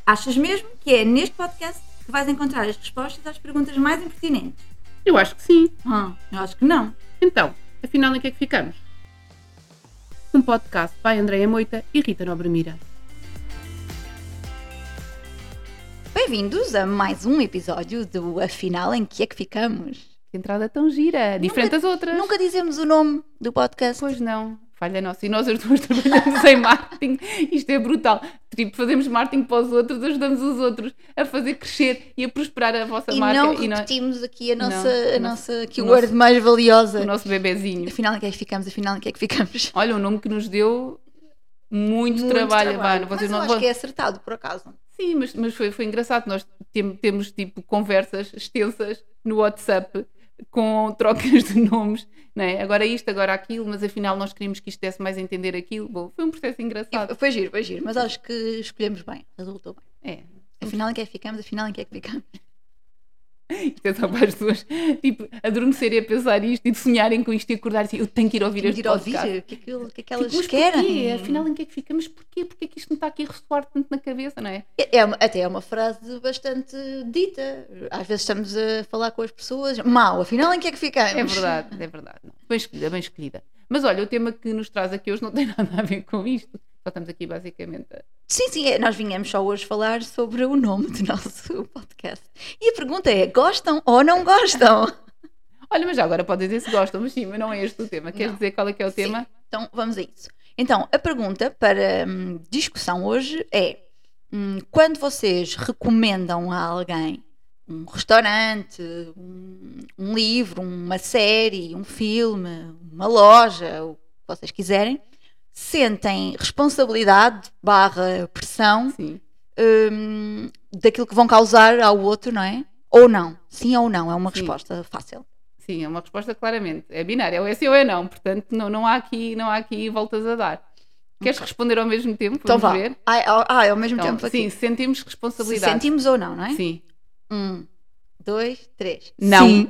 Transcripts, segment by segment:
Achas mesmo que é neste podcast que vais encontrar as respostas às perguntas mais impertinentes? Eu acho que sim. Eu acho que não. Então, afinal em que é que ficamos? Um podcast by Andréia Moita e Rita Nobre Mira. Bem-vindos a mais um episódio do Afinal em que é que ficamos? Que entrada tão gira, diferente das outras. Nunca dizemos o nome do podcast. Pois não, falha nossa. E nós as duas trabalhamos em marketing. Isto é brutal. Tipo, fazemos marketing para os outros, ajudamos os outros a fazer crescer e a prosperar a vossa marca. Não repetimos aqui a nossa keyword mais valiosa. O nosso bebezinho. Afinal em que é que ficamos? Afinal em que é que ficamos? Olha, um nome que nos deu muito trabalho. Mas eu acho que é acertado, por acaso. Sim, mas foi engraçado. Nós temos tipo conversas extensas no WhatsApp com trocas de nomes, não é? Agora isto, agora aquilo, mas afinal nós queríamos que isto desse mais a entender aquilo. Bom, foi um processo engraçado. Foi giro, mas acho que escolhemos bem, resultou bem. É. Afinal em que é que ficamos? Afinal em que é que ficamos? Isto é só para as pessoas, tipo, adormecerem a pensar isto e de sonharem com isto e acordar assim, eu tenho que ir ouvir este podcast. Ouvir? O que é que elas tipo, querem? Porquê? Afinal, em que é que ficamos? Porquê? Porquê é que isto me está aqui a ressoar tanto na cabeça, não é? Até é uma frase bastante dita. Às vezes estamos a falar com as pessoas. Afinal em que é que ficamos? É verdade. Não. Bem escolhida. Mas olha, o tema que nos traz aqui hoje não tem nada a ver com isto. Só estamos aqui basicamente a... Sim, nós vinhamos só hoje falar sobre o nome do nosso podcast. E a pergunta é, gostam ou não gostam? Olha, mas já agora podem dizer se gostam, mas sim, mas não é este o tema. Queres dizer qual é que é o tema? Sim. Então vamos a isso. Então, a pergunta para discussão hoje é, quando vocês recomendam a alguém um restaurante, um livro, uma série, um filme, uma loja, o que vocês quiserem, sentem responsabilidade / pressão daquilo que vão causar ao outro, não é? Ou não. Sim ou não, é uma resposta fácil. Sim, é uma resposta claramente. É binária, ou é sim ou é não. Portanto, não há aqui voltas a dar. Queres responder ao mesmo tempo? Então vamos ver? Ao mesmo tempo aqui. Sim, sentimos responsabilidade. Se sentimos ou não é? Sim. 1, 2, 3. Não. Sim.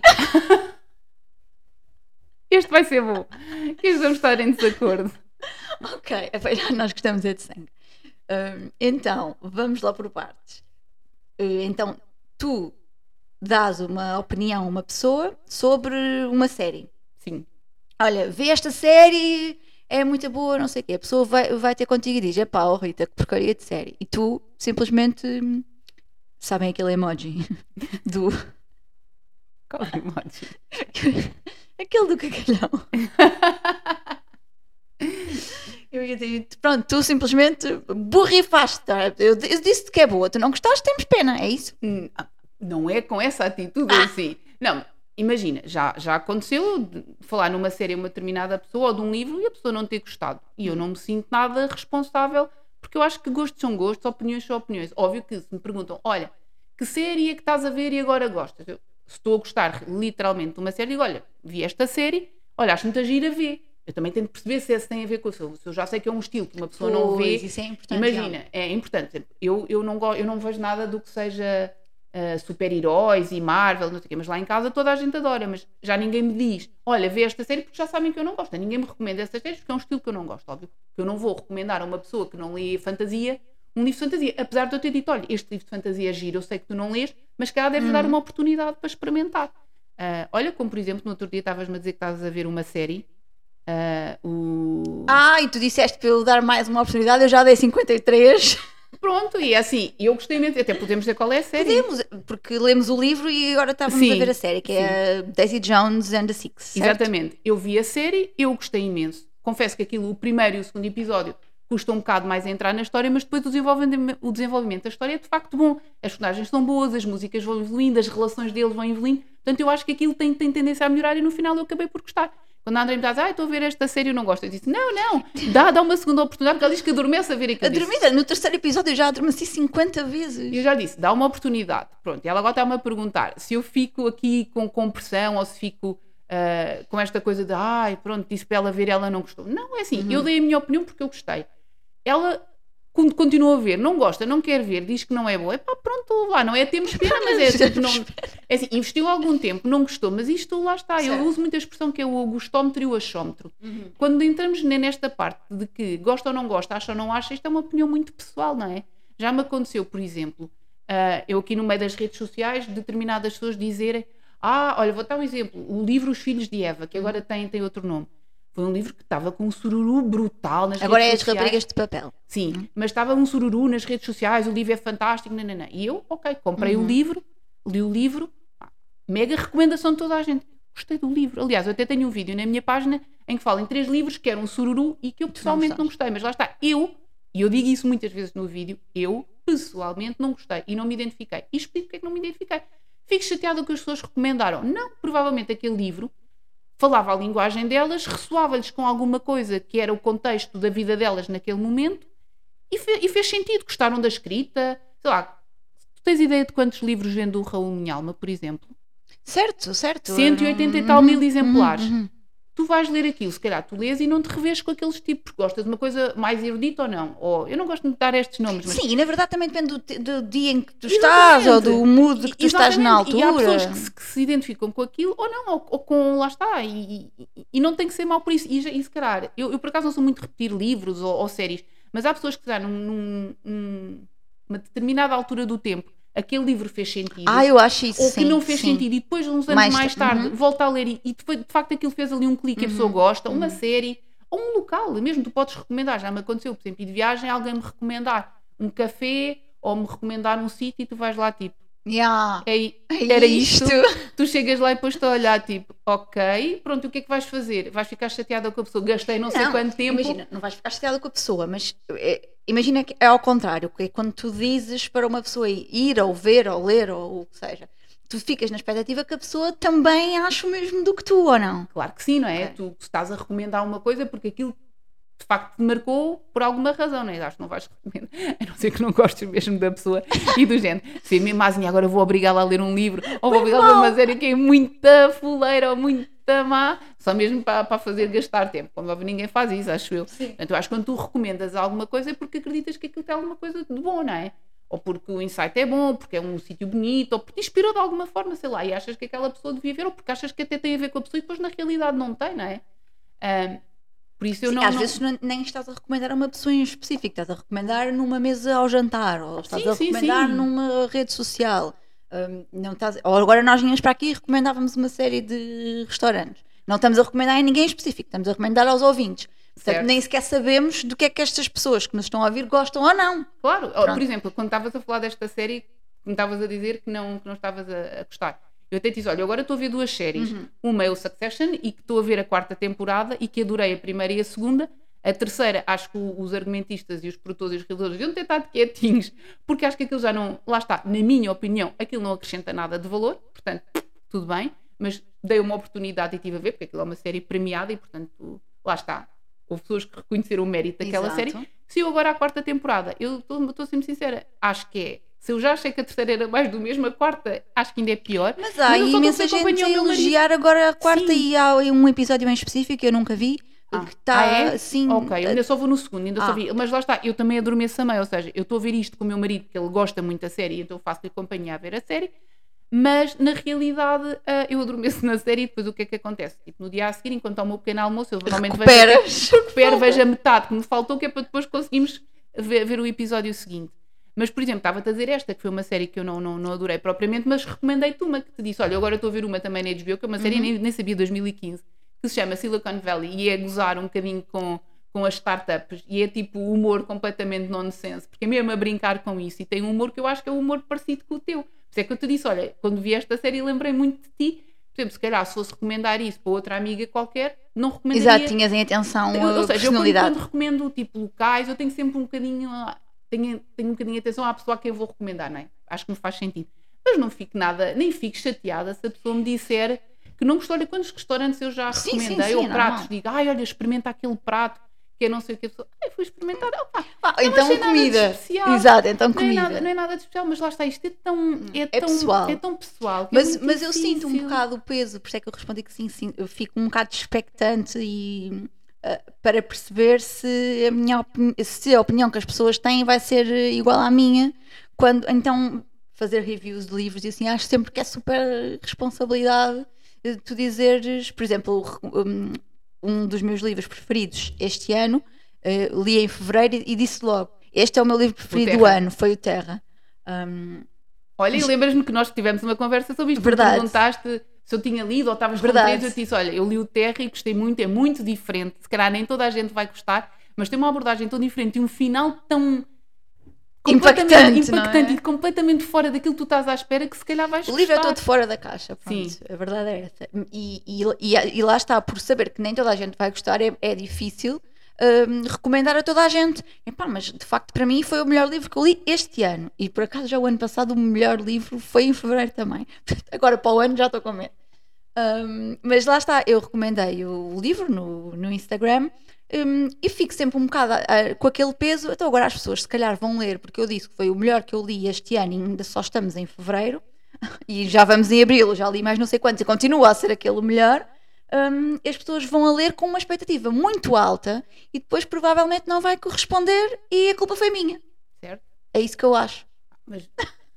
Este vai ser bom. Este vamos estar em desacordo. Ok, nós gostamos de sangue. Então, vamos lá por partes. Então, tu dás uma opinião a uma pessoa sobre uma série. Sim. Olha, vê esta série, é muito boa, não sei o quê. A pessoa vai ter contigo e diz, Rita, que porcaria de série. E tu simplesmente, sabem aquele emoji do... Qual emoji? Aquele do cacalhão. Eu ia dizer, pronto, tu simplesmente borrifaste. Eu disse-te que é boa, tu não gostaste, temos pena, é isso? Não é com essa atitude assim. Não, imagina, já aconteceu de falar numa série a uma determinada pessoa ou de um livro e a pessoa não ter gostado. E eu não me sinto nada responsável, porque eu acho que gostos são gostos, opiniões são opiniões. Óbvio que se me perguntam, olha, que série é que estás a ver e agora gostas? Se estou a gostar literalmente de uma série, digo, olha, vi esta série, olha, acho muito a gira ver. Eu também tento perceber se esse tem a ver com o seu. Se eu já sei que é um estilo que uma pessoa não vê. Isso é importante. Imagina, é importante. Eu não vejo nada do que seja super-heróis e Marvel, não sei o quê, mas lá em casa toda a gente adora. Mas já ninguém me diz, olha, vê esta série porque já sabem que eu não gosto. Ninguém me recomenda essas séries porque é um estilo que eu não gosto. Óbvio que eu não vou recomendar a uma pessoa que não lê fantasia um livro de fantasia. Apesar de eu ter dito, olha, este livro de fantasia é giro, eu sei que tu não lês, mas que ela deve dar uma oportunidade para experimentar. Olha, como por exemplo, no outro dia estavas-me a dizer que estavas a ver uma série. E tu disseste para eu dar mais uma oportunidade, eu já dei 53. Pronto, e assim, eu gostei muito, até podemos dizer qual é a série. Podemos, porque lemos o livro e agora estávamos a ver a série, que é a Daisy Jones and the Six, certo? Exatamente, eu vi a série, eu gostei imenso. Confesso que aquilo, o primeiro e o segundo episódio, custa um bocado mais a entrar na história, mas depois o desenvolvimento da história é de facto bom. As personagens são boas, as músicas vão evoluindo, as relações deles vão evoluindo, portanto eu acho que aquilo tem tendência a melhorar e no final eu acabei por gostar. Quando a André me diz, estou a ver esta série e eu não gosto, eu disse, não, dá uma segunda oportunidade, porque ela diz que adormece a ver aquilo. No terceiro episódio eu já adormeci 50 vezes. E eu já disse, dá uma oportunidade. Pronto, e ela agora está-me a perguntar se eu fico aqui com pressão ou se fico com esta coisa de, pronto, disse para ela ver e ela não gostou. Não, é assim, eu dei a minha opinião porque eu gostei. Ela continua a ver, não gosta, não quer ver, diz que não é boa, pronto, lá, não é temos pena, mas é tipo, não, é assim, investiu algum tempo, não gostou, mas isto lá está, certo. Eu uso muito a expressão que é o gostómetro e o achómetro. Quando entramos nesta parte de que gosta ou não gosta, acha ou não acha, isto é uma opinião muito pessoal, não é? Já me aconteceu, por exemplo, eu aqui no meio das redes sociais, determinadas pessoas dizerem olha, vou dar um exemplo, o livro Os Filhos de Eva, que agora tem outro nome. Foi um livro que estava com um sururu brutal nas Agora redes é as sociais. raparigas de papel. Sim, mas estava um sururu nas redes sociais, o livro é fantástico, nananã. E eu, comprei o livro, li o livro, mega recomendação de toda a gente. Gostei do livro. Aliás, eu até tenho um vídeo na minha página em que falo em 3 livros que eram um sururu e que eu pessoalmente não gostei. Mas lá está, e eu digo isso muitas vezes no vídeo, eu pessoalmente não gostei e não me identifiquei. E explico porque é que não me identifiquei. Fico chateada que as pessoas recomendaram. Não, provavelmente aquele livro falava a linguagem delas, ressoava-lhes com alguma coisa que era o contexto da vida delas naquele momento e fez sentido. Gostaram da escrita. Sei lá, tu tens ideia de quantos livros vende o Raul Minhalma, por exemplo? Certo. 180 e tal mil exemplares. Tu vais ler aquilo, se calhar tu lês e não te revês com aqueles tipos, porque gostas de uma coisa mais erudita ou não. Ou, eu não gosto de dar estes nomes. Mas... Sim, e na verdade também depende do dia em que tu estás, ou do mood que tu estás na altura. E há pessoas que se identificam com aquilo ou não, ou com, lá está, e não tem que ser mau por isso. E se calhar, eu por acaso não sou muito de repetir livros ou séries, mas há pessoas que já numa determinada altura do tempo aquele livro fez sentido. Eu acho isso, ou que não fez sentido e depois, uns anos mais tarde, volta a ler e de facto aquilo fez ali um clique e a pessoa gosta, uma série, ou um local, mesmo tu podes recomendar. Já me aconteceu, por exemplo, ir de viagem, alguém me recomendar um café ou me recomendar um sítio e tu vais lá tipo, era isto. Tu chegas lá e depois estou a olhar tipo, ok, pronto, o que é que vais fazer? Vais ficar chateada com a pessoa, gastei não sei quanto tempo. Imagina, não vais ficar chateada com a pessoa, mas imagina que é ao contrário, que é quando tu dizes para uma pessoa ir ou ver ou ler ou o que seja, tu ficas na expectativa que a pessoa também ache o mesmo do que tu, ou não? Claro que sim, não é? Tu estás a recomendar uma coisa porque aquilo de facto te marcou por alguma razão, não é? Acho que não vais recomendar, a não ser que não gostes mesmo da pessoa e do género. Se mesmo assim, agora vou obrigá-la a ler um livro ou vou obrigá-la a ler uma série que é muita fuleira ou muita má, só mesmo para fazer gastar tempo. Como ninguém faz isso, acho eu. Sim. Portanto, eu acho que quando tu recomendas alguma coisa é porque acreditas que aquilo tem alguma coisa de bom, não é? Ou porque o insight é bom, porque é um sítio bonito, ou porque te inspirou de alguma forma, sei lá, e achas que aquela pessoa devia ver, ou porque achas que até tem a ver com a pessoa e depois na realidade não tem, não é? Por isso eu às vezes nem estás a recomendar a uma pessoa em específico, estás a recomendar numa mesa ao jantar, ou estás a recomendar numa rede social. Não estás... Ou agora nós vinhamos para aqui e recomendávamos uma série de restaurantes. Não estamos a recomendar a ninguém em específico, estamos a recomendar aos ouvintes. Portanto, nem sequer sabemos do que é que estas pessoas que nos estão a ouvir gostam ou não. Claro, por exemplo, quando estavas a falar desta série, me estavas a dizer que não estavas a gostar. Eu até te disse, olha, agora estou a ver 2 séries. Uma é o Succession e que estou a ver a 4ª temporada e que adorei a primeira e a segunda. A terceira, acho que os argumentistas e os produtores e os realizadores deviam ter estado quietinhos, porque acho que aquilo já não, lá está, na minha opinião, aquilo não acrescenta nada de valor, portanto, tudo bem, mas dei uma oportunidade e estive a ver, porque aquilo é uma série premiada e, portanto, lá está. Houve pessoas que reconheceram o mérito daquela série. Se eu agora à 4ª temporada, eu estou sempre sincera, acho que é. Se eu já achei que a terceira era mais do mesmo, a 4ª acho que ainda é pior. Mas há imensa gente a elogiar agora a 4ª e há um episódio em específico que eu nunca vi. Que está assim. Ok, eu ainda só vou no segundo, ainda só vi. Mas lá está, eu também adormeço a meio, ou seja, eu estou a ver isto com o meu marido, que ele gosta muito da série, então eu faço-lhe companhia a ver a série. Mas na realidade eu adormeço na série e depois o que é que acontece? Tipo, no dia a seguir, enquanto ao meu pequeno almoço, eu normalmente vejo a metade que me faltou, que é para depois conseguirmos ver o episódio seguinte. Mas, por exemplo, estava-te a dizer esta, que foi uma série que eu não adorei propriamente, mas recomendei-te uma que te disse, olha, agora estou a ver uma também na HBO, que é uma série, nem sabia, 2015, que se chama Silicon Valley e é gozar um bocadinho com as startups e é tipo humor completamente nonsense, porque é mesmo a brincar com isso e tem um humor que eu acho que é um humor parecido com o teu. Por isso é que eu te disse, olha, quando vi esta série lembrei muito de ti. Por exemplo, se calhar se fosse recomendar isso para outra amiga qualquer, não recomendaria. Exato, tinhas em atenção ou a seja, personalidade. Eu quando recomendo tipo locais, eu tenho sempre um bocadinho tenho um bocadinho de atenção à pessoa a quem eu vou recomendar, não é? Acho que me faz sentido. Mas não fico nada, nem fico chateada se a pessoa me disser que não gostou. Olha, quantos restaurantes eu já recomendei, ou pratos, digo, olha, experimenta aquele prato, que eu não sei o que a pessoa, fui experimentar, então comida. Exato, então comida. Não é nada de especial, mas lá está, isto é tão pessoal. É tão pessoal. Mas eu sinto um bocado o peso, por isso é que eu respondi que sim, eu fico um bocado expectante e para perceber se a opinião que as pessoas têm vai ser igual à minha, então fazer reviews de livros e assim, acho sempre que é super responsabilidade tu dizeres, por exemplo, um dos meus livros preferidos este ano, li em fevereiro e disse logo, Este é o meu livro preferido do ano, foi o Terra. Olha, e lembras-me que nós tivemos uma conversa sobre isto. Verdade. Tu perguntaste se eu tinha lido ou estavas com três, eu te disse, olha, eu li o Terra e gostei muito, é muito diferente, se calhar nem toda a gente vai gostar, mas tem uma abordagem tão diferente e um final tão impactante não é? E completamente fora daquilo que tu estás à espera, que se calhar vais gostar. O livro é todo fora da caixa, pronto. Sim. A verdade é essa. E lá está, por saber que nem toda a gente vai gostar, é difícil recomendar a toda a gente. Mas de facto para mim foi o melhor livro que eu li este ano, e por acaso já o ano passado o melhor livro foi em fevereiro também. Agora para o ano já estou com medo. Mas lá está, eu recomendei o livro no Instagram. E fico sempre um bocado com aquele peso. Então agora as pessoas se calhar vão ler, porque eu disse que foi o melhor que eu li este ano e ainda só estamos em fevereiro e já vamos em abril, já li mais não sei quantos e continua a ser aquele melhor. As pessoas vão a ler com uma expectativa muito alta e depois provavelmente não vai corresponder e a culpa foi minha. Certo? É isso que eu acho. Mas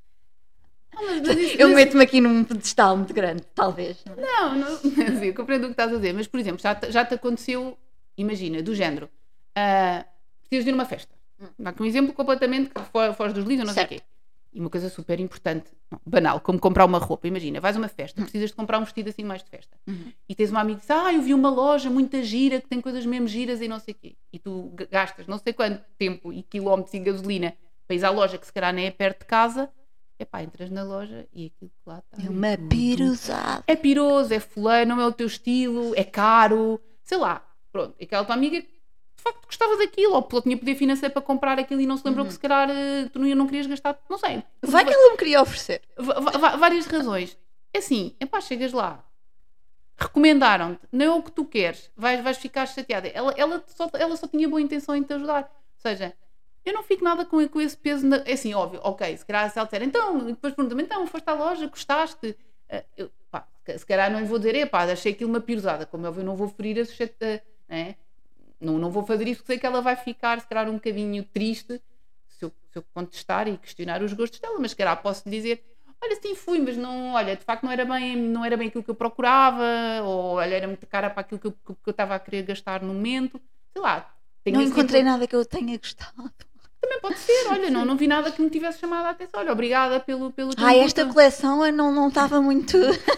eu meto-me aqui num pedestal muito grande, talvez. Não assim, eu compreendo o que estás a dizer, mas por exemplo, já te aconteceu, imagina, do género, precisas de ir a uma festa. Dá aqui um exemplo completamente que foge dos livros, não sei o quê. E uma coisa super importante, banal, como comprar uma roupa. Imagina, vais a uma festa, precisas de comprar um vestido assim mais de festa. E tens uma amiga que diz, eu vi uma loja muito gira, que tem coisas mesmo giras e não sei o quê. E tu gastas não sei quanto tempo e quilómetros e gasolina para ir à loja, que se calhar nem é perto de casa. Entras na loja e aquilo que lá está. É uma pirosada. É piroso, é fulano, não é o teu estilo, é caro, sei lá. Pronto, aquela tua amiga de facto gostava daquilo, ou tinha poder financeiro para comprar aquilo e não se lembrou que se calhar tu não querias gastar, não sei. Vai que ela me queria oferecer. Várias razões. É assim, chegas lá, recomendaram-te, não é o que tu queres, vais ficar chateada. Ela só tinha boa intenção em te ajudar. Ou seja, eu não fico nada com esse peso. É assim, óbvio, ok, se calhar se ela disser, então, e depois pergunta-me, então, foste à loja, gostaste? Se calhar não lhe vou dizer, achei aquilo uma pirosada, como eu não vou ferir a suscetível, não vou fazer isso porque sei que ela vai ficar, se calhar, um bocadinho triste se eu contestar e questionar os gostos dela, mas se calhar posso lhe dizer, olha, sim, fui, mas não, olha, de facto não era bem aquilo que eu procurava, ou olha, era muito cara para aquilo que eu estava a querer gastar no momento, sei lá. Não encontrei nada que eu tenha gostado. Também pode ser, olha, não vi nada que me tivesse chamado a atenção. Olha, obrigada pelo teu esta coleção eu não estava muito...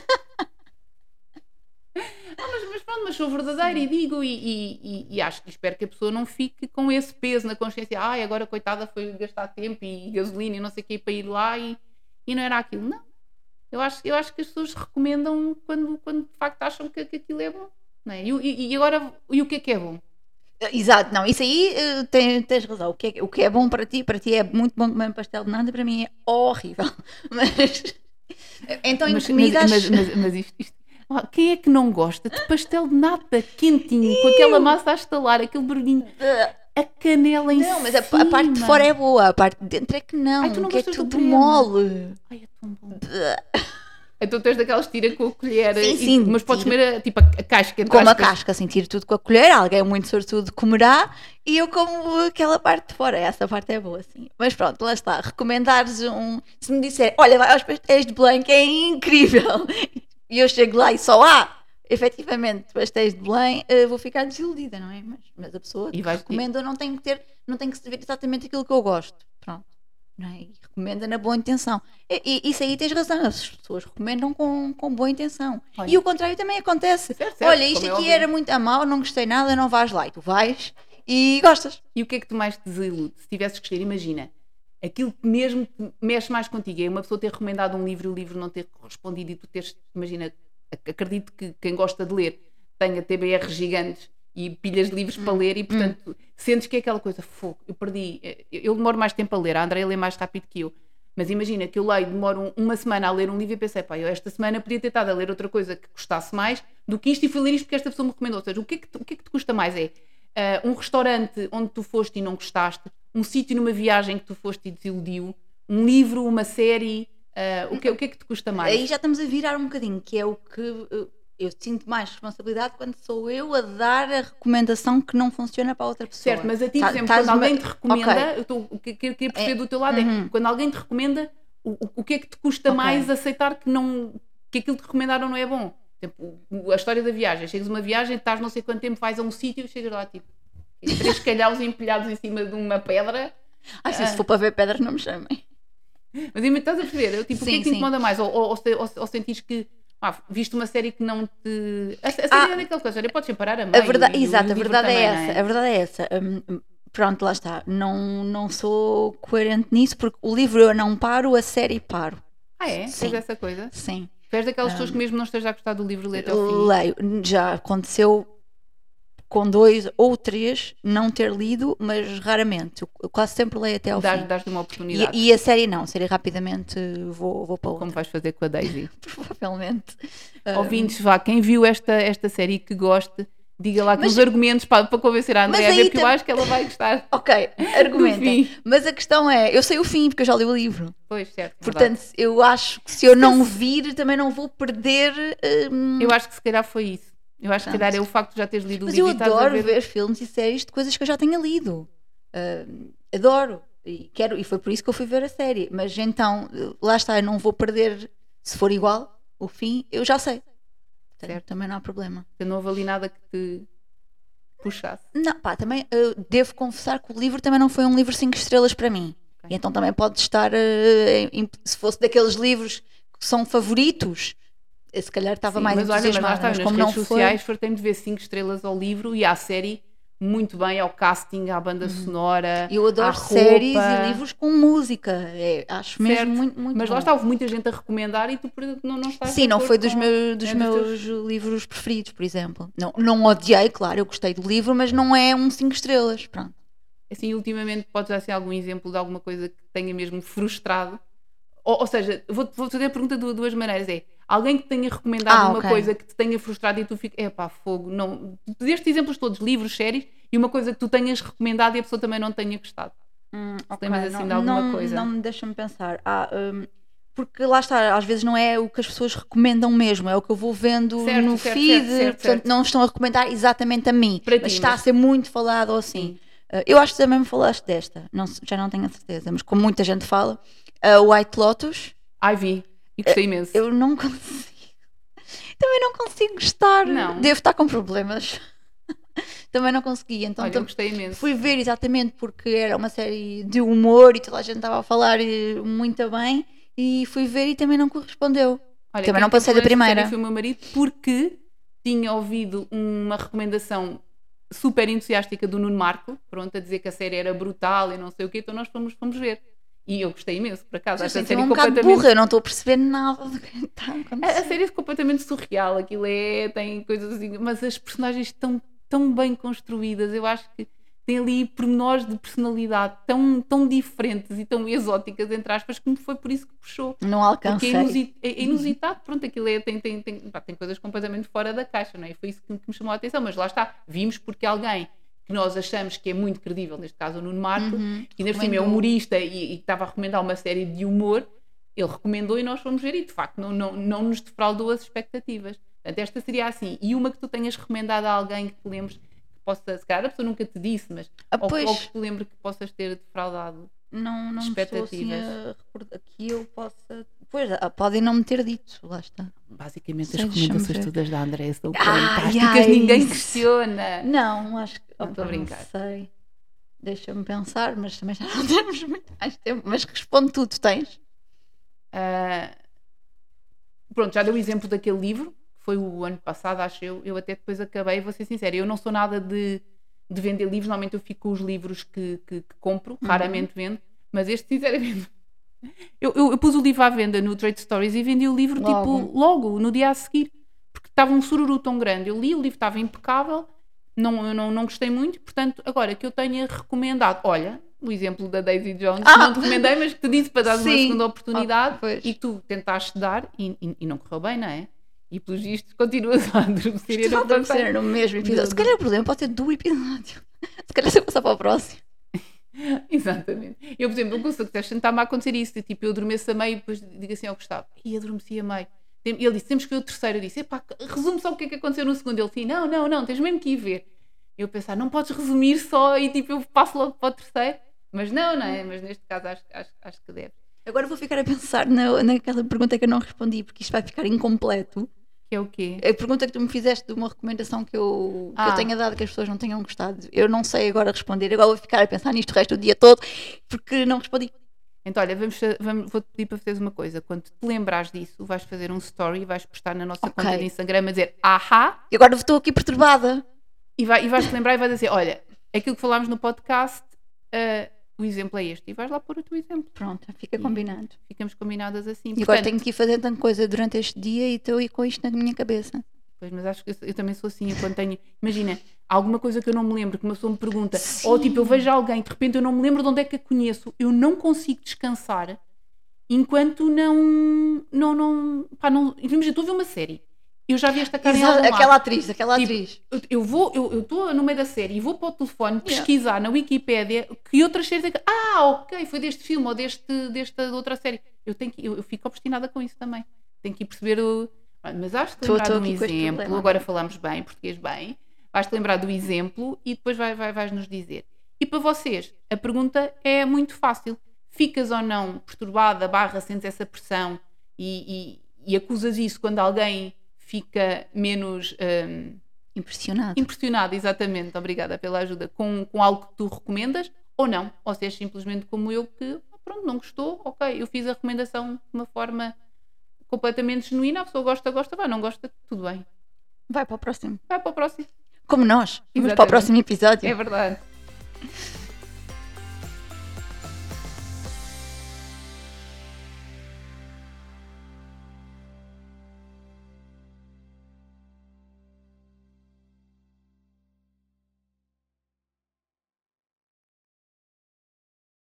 mas sou verdadeira e digo e acho que espero que a pessoa não fique com esse peso na consciência. Agora coitada foi gastar tempo e gasolina e não sei o que para ir lá e não era aquilo. Não, eu acho que as pessoas recomendam quando de facto acham que aquilo é bom, não é? E agora, e o que é bom? Exato, não, isso aí tens razão. O que é bom para ti é muito bom comer um pastel de nata, para mim é horrível. Mas então em comidas... Mas isto quem é que não gosta de pastel de nata quentinho, com aquela massa a estalar, aquele barulhinho, a canela em cima? Não, mas a parte de fora é boa, a parte de dentro é que não, tu não que é tudo mole. É tão bom. Então tens daquelas tira com a colher, sim, mas podes comer tipo a casca. Como a casca, assim, tiro tudo com a colher, alguém muito sortudo comerá e eu como aquela parte de fora, essa parte é boa, sim. Mas pronto, lá está, recomendares se me disser, olha, vai aos pastéis de Belém que é incrível, e eu chego lá e só há, efetivamente, pastéis de Belém, vou ficar desiludida, não é? Mas a pessoa que recomenda não tem que saber exatamente aquilo que eu gosto, pronto. Não é? E recomenda na boa intenção. E isso aí tens razão, as pessoas recomendam com boa intenção. Olha. E o contrário também acontece. Certo, olha, isto aqui era muito a mal, não gostei nada, não vais lá. E tu vais e gostas. E o que é que tu mais te desilude? Se tivesses que escolher, imagina, aquilo que mesmo mexe mais contigo é uma pessoa ter recomendado um livro e o livro não ter correspondido e tu teres, imagina, acredito que quem gosta de ler tenha TBR gigantes e pilhas de livros para ler e portanto sentes que é aquela coisa, fogo, eu perdi, eu demoro mais tempo a ler, a Andréia lê mais rápido que eu, mas imagina que eu leio, demoro uma semana a ler um livro e pensei, eu esta semana podia ter estado a ler outra coisa que gostasse mais do que isto e fui ler isto porque esta pessoa me recomendou. Ou seja, o que é que te custa mais? Um restaurante onde tu foste e não gostaste, um sítio numa viagem que tu foste e desiludiu, um livro, uma série, o que é que te custa mais? Aí já estamos a virar um bocadinho, que é o que eu sinto mais responsabilidade quando sou eu a dar a recomendação que não funciona para a outra pessoa. Certo, mas a ti, por exemplo, quando alguém te recomenda, o que eu queria perceber do teu lado quando alguém te recomenda, o que é que te custa mais aceitar que aquilo que te recomendaram não é bom? Tipo, a história da viagem, chegas a uma viagem, estás não sei quanto tempo, vais a um sítio e chegas lá tipo 3 calhaus empilhados em cima de uma pedra Ai, se for para ver pedras, não me chamem. Mas estás a perceber? Tipo, o que é que te incomoda mais? Ou sentires que viste uma série que não te... A série é daquela coisa, podes separar a meio. Exato, a verdade é também, essa. A verdade é essa. Pronto, lá está. Não sou coerente nisso, porque o livro eu não paro, a série paro. Ah, é? Sim. Tens essa coisa? Sim. Tu és daquelas pessoas que mesmo não esteja a gostar do livro, lê até ao fim? Leio. Já aconteceu com 2 ou 3 não ter lido, mas raramente. Eu quase sempre leio até ao fim. Dás-lhe uma oportunidade. E a série não. A série rapidamente vou para outra. Como vais fazer com a Daisy? Provavelmente. Ouvintes, quem viu esta série que goste, diga lá aqueles argumentos para convencer a Andréa a ver, porque eu acho que ela vai gostar. Ok, argumentem. Mas a questão é, eu sei o fim, porque eu já li o livro. Pois, certo. Portanto, eu acho que se eu não vir, também não vou perder... Eu acho que se calhar foi isso. Eu acho que se calhar é o facto de já teres lido o Mas livro. eu adoro ver filmes e séries de coisas que eu já tenha lido. Adoro. E foi por isso que eu fui ver a série. Mas então, lá está, eu não vou perder, se for igual, o fim, eu já sei. Certo. Também não há problema. Não houve ali nada que te puxasse. Não, também devo confessar que o livro também não foi um livro 5 estrelas para mim. Okay. E então também pode estar, se fosse daqueles livros que são favoritos, se calhar estava mais entusiasmada. Mas como nas redes sociais fartei-me de ver 5 estrelas ao livro e à série muito bem, ao casting, à banda sonora. Eu adoro séries e livros com música. Acho mesmo muito mas bom. Lá está, houve muita gente a recomendar e tu não estás. Sim, não foi dos meus livros preferidos, por exemplo. Não odiei, claro, eu gostei do livro, mas não é um 5 estrelas. Pronto. Assim, ultimamente, podes dar assim, algum exemplo de alguma coisa que tenha mesmo frustrado? Ou seja, vou fazer a pergunta de duas maneiras. Alguém que tenha recomendado uma coisa que te tenha frustrado e tu fica, fogo, não. Destes exemplos todos, livros, séries, e uma coisa que tu tenhas recomendado e a pessoa também não tenha gostado. Lembras assim de alguma coisa? Não me deixa-me pensar. Porque lá está, às vezes não é o que as pessoas recomendam mesmo, é o que eu vou vendo no feed, portanto não estão a recomendar exatamente a mim, mas está a ser muito falado ou assim. Eu acho que também me falaste desta, já não tenho a certeza, mas como muita gente fala, White Lotus. Vi. E gostei imenso. Eu não consigo. Também não consigo gostar. Não. Devo estar com problemas. Também não consegui. Então, eu gostei imenso. Fui ver exatamente porque era uma série de humor e toda a gente estava a falar muito bem. E fui ver e também não correspondeu. Também não passei da primeira. Foi o meu marido porque tinha ouvido uma recomendação super entusiástica do Nuno Marco, pronto, a dizer que a série era brutal e não sei o quê. Então nós fomos ver. E eu gostei imenso, por acaso. Sim, série completamente burra, eu não estou a perceber nada do que está a acontecer. A série é completamente surreal, aquilo tem coisas assim, mas as personagens estão tão bem construídas, eu acho que tem ali pormenores de personalidade tão diferentes e tão exóticas, entre aspas, que me foi por isso que puxou. Não alcancei. Porque é inusitado, pronto, aquilo tem coisas completamente fora da caixa, não é? E foi isso que me chamou a atenção, mas lá está, vimos porque alguém que nós achamos que é muito credível, neste caso o Nuno Marco, que ainda por cima é humorista e estava a recomendar uma série de humor, ele recomendou e nós fomos ver e de facto não nos defraudou as expectativas. Portanto, esta seria assim. E uma que tu tenhas recomendado a alguém que te lembres que possa, se calhar a pessoa nunca te disse, mas ou que te lembre que possas ter defraudado não expectativas. Estou assim a recordar que eu possa... Pois, podem não me ter dito, lá está. Basicamente as recomendações todas da Andréa são fantásticas, ninguém questiona. Não, acho que... Estou a brincar. Não sei. Deixa-me pensar, mas também já não temos muito mais tempo. Mas responde tu, tens? Pronto, já deu o exemplo daquele livro, que foi o ano passado, acho eu até depois acabei, vou ser sincera, eu não sou nada de vender livros, normalmente eu fico com os livros que compro, raramente vendo, mas este, sinceramente, eu pus o livro à venda no Trade Stories e vendi o livro logo no dia a seguir, porque estava um sururu tão grande, eu li, o livro estava impecável, eu não gostei muito, portanto, agora que eu tenha recomendado, olha, o exemplo da Daisy Jones, que não te recomendei, mas que te disse para dar uma segunda oportunidade e que tu tentaste dar e não correu bem, não é? E pelos vistos continuas a adormecer no mesmo episódio. Se calhar o problema pode ser do episódio. Se calhar se eu passar para o próximo. Exatamente. Eu, por exemplo, no Succession está-me a acontecer isso, tipo, eu adormeço a meio e depois digo assim ao Gustavo, e adormeci a meio. Ele disse, temos que ver o terceiro. Eu disse, resume só o que é que aconteceu no segundo. Ele disse, não, tens mesmo que ir ver. Eu pensar, não podes resumir só e tipo, eu passo logo para o terceiro. Mas não é? Mas neste caso acho que deve. Agora vou ficar a pensar naquela pergunta que eu não respondi, porque isto vai ficar incompleto. Que é o quê? A pergunta que tu me fizeste de uma recomendação que eu tenha dado que as pessoas não tenham gostado. Eu não sei agora responder. Agora vou ficar a pensar nisto o resto do dia todo porque não respondi. Então, olha, vou-te pedir para fazeres uma coisa. Quando te lembrares disso, vais fazer um story e vais postar na nossa conta de Instagram a dizer ahá. E agora estou aqui perturbada. E vais-te lembrar e vais dizer, olha, aquilo que falámos no podcast, o exemplo é este. E vais lá pôr o teu exemplo. Pronto, fica combinado. Ficamos combinadas assim. E agora tenho que ir fazer tanta coisa durante este dia e estou aí com isto na minha cabeça. Pois, mas acho que eu também sou assim. Eu quando tenho, imagina, alguma coisa que eu não me lembro, que uma pessoa me pergunta, Sim. ou tipo, eu vejo alguém, de repente eu não me lembro de onde é que a conheço, eu não consigo descansar enquanto não. Imagina, estou a ver uma série. Eu já vi esta cara em algum lado. Aquela atriz. Eu estou no meio da série e vou para o telefone pesquisar na Wikipédia que outras séries... ok, foi deste filme ou desta outra série. Eu fico obstinada com isso também. Tenho que ir perceber Mas acho que lembrar de um exemplo, agora falamos bem, português bem, vais-te lembrar do exemplo e depois vais-nos dizer. E para vocês, a pergunta é muito fácil. Ficas ou não perturbada, sentes essa pressão e acusas isso quando alguém fica menos impressionado, exatamente, obrigada pela ajuda, com algo que tu recomendas ou não, ou se és simplesmente como eu que pronto, não gostou, ok, eu fiz a recomendação de uma forma completamente genuína, a pessoa gosta, não gosta, tudo bem. Vai para o próximo. Vai para o próximo. Como nós, vamos Exatamente. para o próximo episódio. É verdade.